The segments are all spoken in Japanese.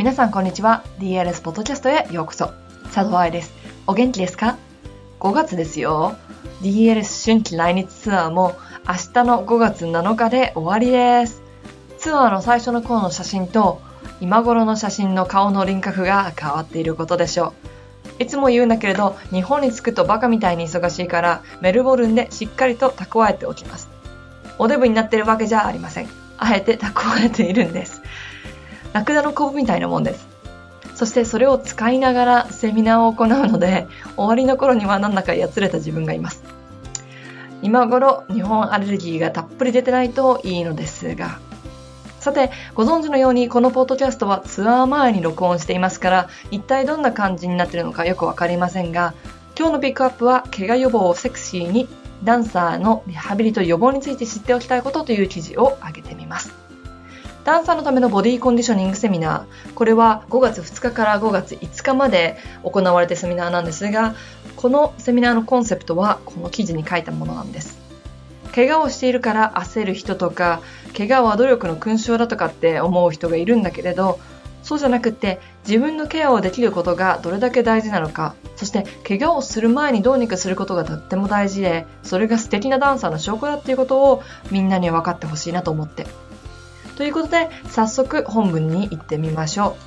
皆さんこんにちは。 DLS ポッドキャストへようこそ。佐藤愛です。お元気ですか？5月ですよ。 DLS 春季来日ツアーも明日の5月7日で終わりです。ツアーの最初の頃の写真と今頃の写真の顔の輪郭が変わっていることでしょう。いつも言うんだけれど、日本に着くとバカみたいに忙しいからメルボルンでしっかりと蓄えておきます。おデブになってるわけじゃありません。あえて蓄えているんです。ラクダのコブみたいなもんです。そしてそれを使いながらセミナーを行うので、終わりの頃にはなんだかやつれた自分がいます。今頃日本アレルギーがたっぷり出てないといいのですが、さてご存知のようにこのポッドキャストはツアー前に録音していますから、一体どんな感じになっているのかよくわかりませんが、今日のピックアップは怪我予防をセクシーに、ダンサーのリハビリと予防について知っておきたいことという記事を上げてみます。ダンサーのためのボディコンディショニングセミナー、これは5月2日から5月5日まで行われているセミナーなんですが、このセミナーのコンセプトはこの記事に書いたものなんです。怪我をしているから焦る人とか、怪我は努力の勲章だとかって思う人がいるんだけれど、そうじゃなくって自分のケアをできることがどれだけ大事なのか、そして怪我をする前にどうにかすることがとっても大事で、それが素敵なダンサーの証拠だっていうことをみんなに分かってほしいなと思って。ということで早速本文に行ってみましょ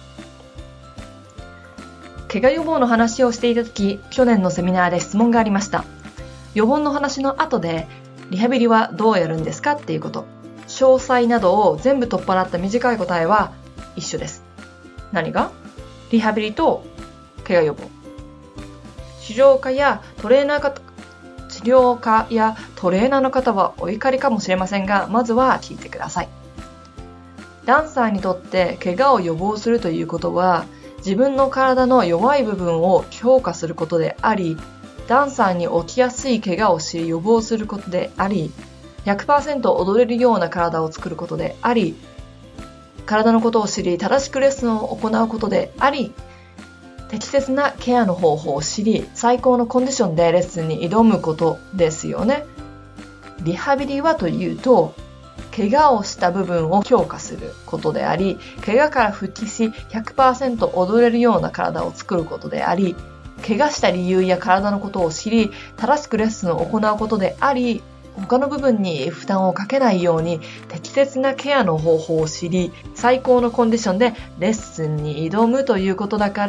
う。怪我予防の話をしていた時、去年のセミナーで質問がありました。予防の話の後でリハビリはどうやるんですかっていうこと。詳細などを全部取っ払った短い答えは一緒です。何が？リハビリと怪我予防。治療家やトレーナーの方はお怒りかもしれませんが、まずは聞いてください。ダンサーにとって怪我を予防するということは、自分の体の弱い部分を強化することであり、ダンサーに起きやすい怪我を知り予防することであり、100% 踊れるような体を作ることであり、体のことを知り正しくレッスンを行うことであり、適切なケアの方法を知り、最高のコンディションでレッスンに挑むことですよね。リハビリはというと、怪我をした部分を強化することであり、怪我から復帰し 100% 踊れるような体を作ることであり、怪我した理由や体のことを知り、正しくレッスンを行うことであり、他の部分に負担をかけないように適切なケアの方法を知り、最高のコンディションでレッスンに挑むということだから、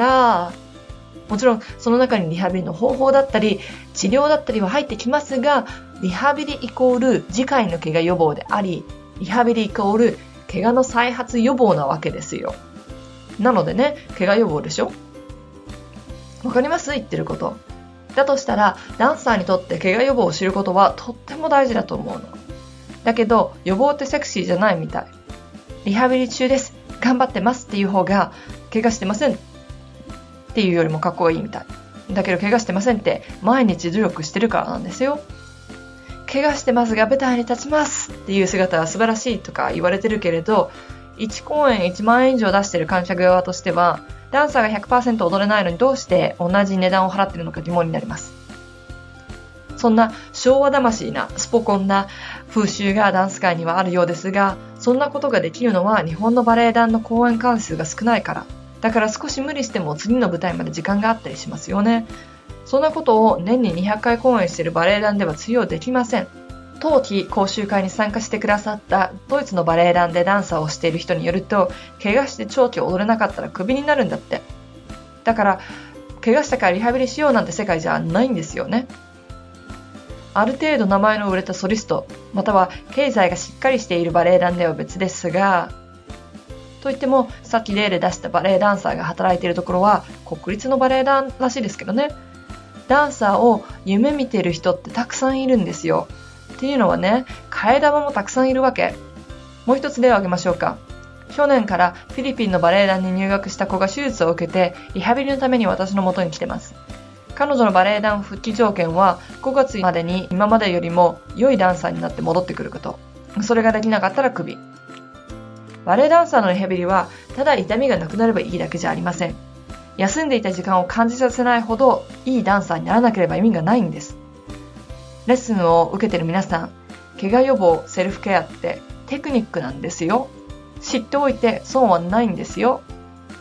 もちろんその中にリハビリの方法だったり治療だったりは入ってきますが、リハビリイコール次回の怪我予防であり、リハビリイコール怪我の再発予防なわけですよ。なのでね、怪我予防でしょ？わかります？言ってること。だとしたらダンサーにとって怪我予防を知ることはとっても大事だと思うの。だけど予防ってセクシーじゃないみたい。リハビリ中です、頑張ってますっていう方が、怪我してませんっていうよりもかっこいいみたい。だけど怪我してませんって毎日努力してるからなんですよ。怪我してますが舞台に立ちますっていう姿は素晴らしいとか言われてるけれど、1公演1万円以上出してる観客側としては、ダンサーが 100% 踊れないのにどうして同じ値段を払ってるのか疑問になります。そんな昭和魂なスポコンな風習がダンス界にはあるようですが、そんなことができるのは日本のバレエ団の公演回数が少ないから。だから少し無理しても次の舞台まで時間があったりしますよね。そんなことを年に200回公演しているバレエ団では通用できません。冬季講習会に参加してくださったドイツのバレエ団でダンサーをしている人によると、怪我して長期踊れなかったらクビになるんだって。だから怪我したからリハビリしようなんて世界じゃないんですよね。ある程度名前の売れたソリスト、または経済がしっかりしているバレエ団では別ですが、といってもさっき例で出したバレエダンサーが働いているところは国立のバレエ団らしいですけどね。ダンサーを夢見てる人ってたくさんいるんですよ。っていうのはね、替え玉もたくさんいるわけ。もう一つ例を挙げましょうか。去年からフィリピンのバレエ団に入学した子が手術を受けてリハビリのために私の元に来てます。彼女のバレエ団復帰条件は5月までに今までよりも良いダンサーになって戻ってくること。それができなかったらクビ。バレエダンサーのリハビリはただ痛みがなくなればいいだけじゃありません。休んでいた時間を感じさせないほどいいダンサーにならなければ意味がないんです。レッスンを受けている皆さん、怪我予防、セルフケアってテクニックなんですよ。知っておいて損はないんですよ。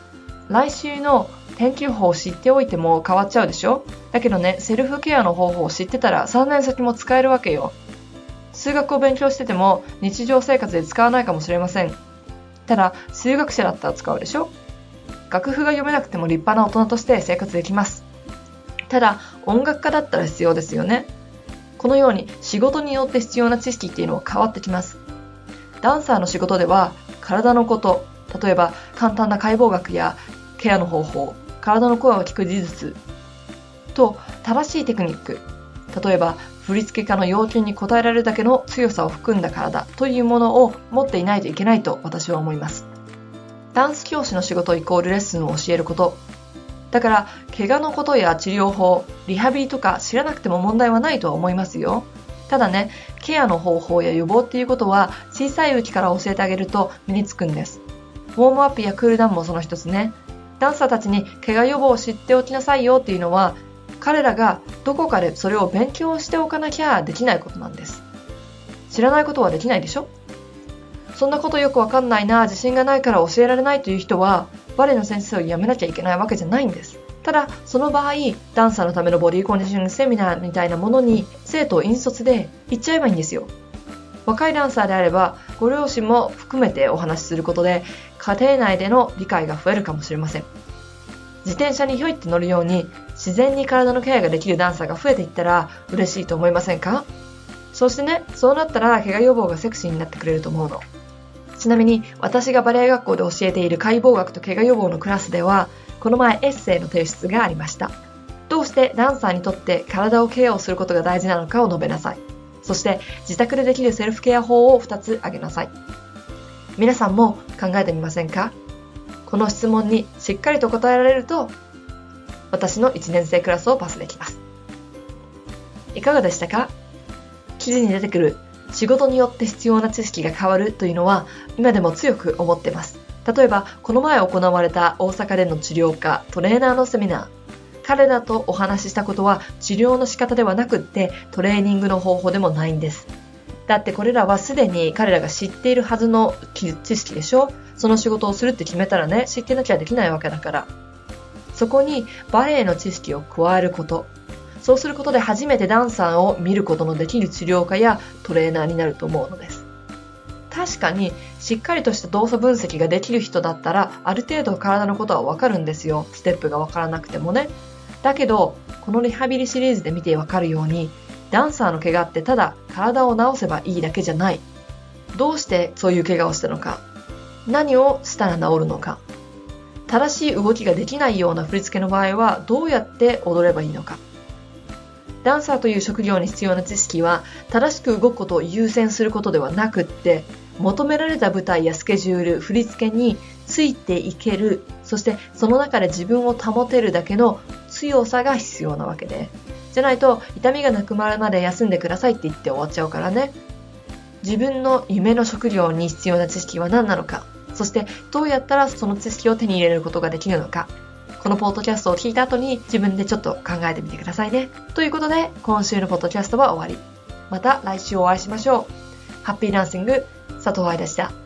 来週の天気予報を知っておいても変わっちゃうでしょ。だけどね、セルフケアの方法を知ってたら3年先も使えるわけよ。数学を勉強してても日常生活で使わないかもしれません。ただ、数学者だったら使うでしょ。楽譜が読めなくても立派な大人として生活できます。ただ、音楽家だったら必要ですよね。このように仕事によって必要な知識っていうのは変わってきます。ダンサーの仕事では体のこと、例えば簡単な解剖学やケアの方法、体の声を聞く技術と正しいテクニック、例えば振付家の要求に応えられるだけの強さを含んだ体というものを持っていないといけないと私は思います。ダンス教師の仕事イコールレッスンを教えること。だから、怪我のことや治療法、リハビリとか知らなくても問題はないとは思いますよ。ただね、ケアの方法や予防っていうことは小さいうちから教えてあげると身につくんです。ウォームアップやクールダウンもその一つね。ダンサーたちに怪我予防を知っておきなさいよっていうのは、彼らがどこかでそれを勉強しておかなきゃできないことなんです。知らないことはできないでしょ。そんなことよくわかんないな、自信がないから教えられないという人は、バレエの先生を辞めなきゃいけないわけじゃないんです。ただ、その場合、ダンサーのためのボディコンディショニングセミナーみたいなものに生徒を引率で行っちゃえばいいんですよ。若いダンサーであれば、ご両親も含めてお話しすることで、家庭内での理解が増えるかもしれません。自転車にひょいって乗るように、自然に体のケアができるダンサーが増えていったら嬉しいと思いませんか？そしてね、そうなったら怪我予防がセクシーになってくれると思うの。ちなみに私がバレエ学校で教えている解剖学と怪我予防のクラスでは、この前エッセイの提出がありました。どうしてダンサーにとって体をケアをすることが大事なのかを述べなさい。そして自宅でできるセルフケア法を2つ挙げなさい。皆さんも考えてみませんか？この質問にしっかりと答えられると、私の1年生クラスをパスできます。いかがでしたか？記事に出てくる仕事によって必要な知識が変わるというのは今でも強く思っています。例えばこの前行われた大阪での治療家トレーナーのセミナー、彼らとお話ししたことは治療の仕方ではなくってトレーニングの方法でもないんです。だってこれらはすでに彼らが知っているはずの知識でしょ。その仕事をするって決めたらね、知ってなきゃできないわけだから、そこにバレエの知識を加えること、そうすることで初めてダンサーを見ることのできる治療家やトレーナーになると思うのです。確かにしっかりとした動作分析ができる人だったらある程度体のことはわかるんですよ。ステップがわからなくてもね。だけどこのリハビリシリーズで見てわかるように、ダンサーの怪我ってただ体を治せばいいだけじゃない。どうしてそういう怪我をしたのか、何をしたら治るのか、正しい動きができないような振り付けの場合はどうやって踊ればいいのか。ダンサーという職業に必要な知識は正しく動くことを優先することではなくって、求められた舞台やスケジュール、振り付けについていける、そしてその中で自分を保てるだけの強さが必要なわけで、じゃないと痛みがなくなるまで休んでくださいって言って終わっちゃうからね。自分の夢の職業に必要な知識は何なのか、そしてどうやったらその知識を手に入れることができるのか、このポッドキャストを聞いた後に自分でちょっと考えてみてくださいね。ということで今週のポッドキャストは終わり。また来週お会いしましょう。ハッピーダンシング、佐藤愛でした。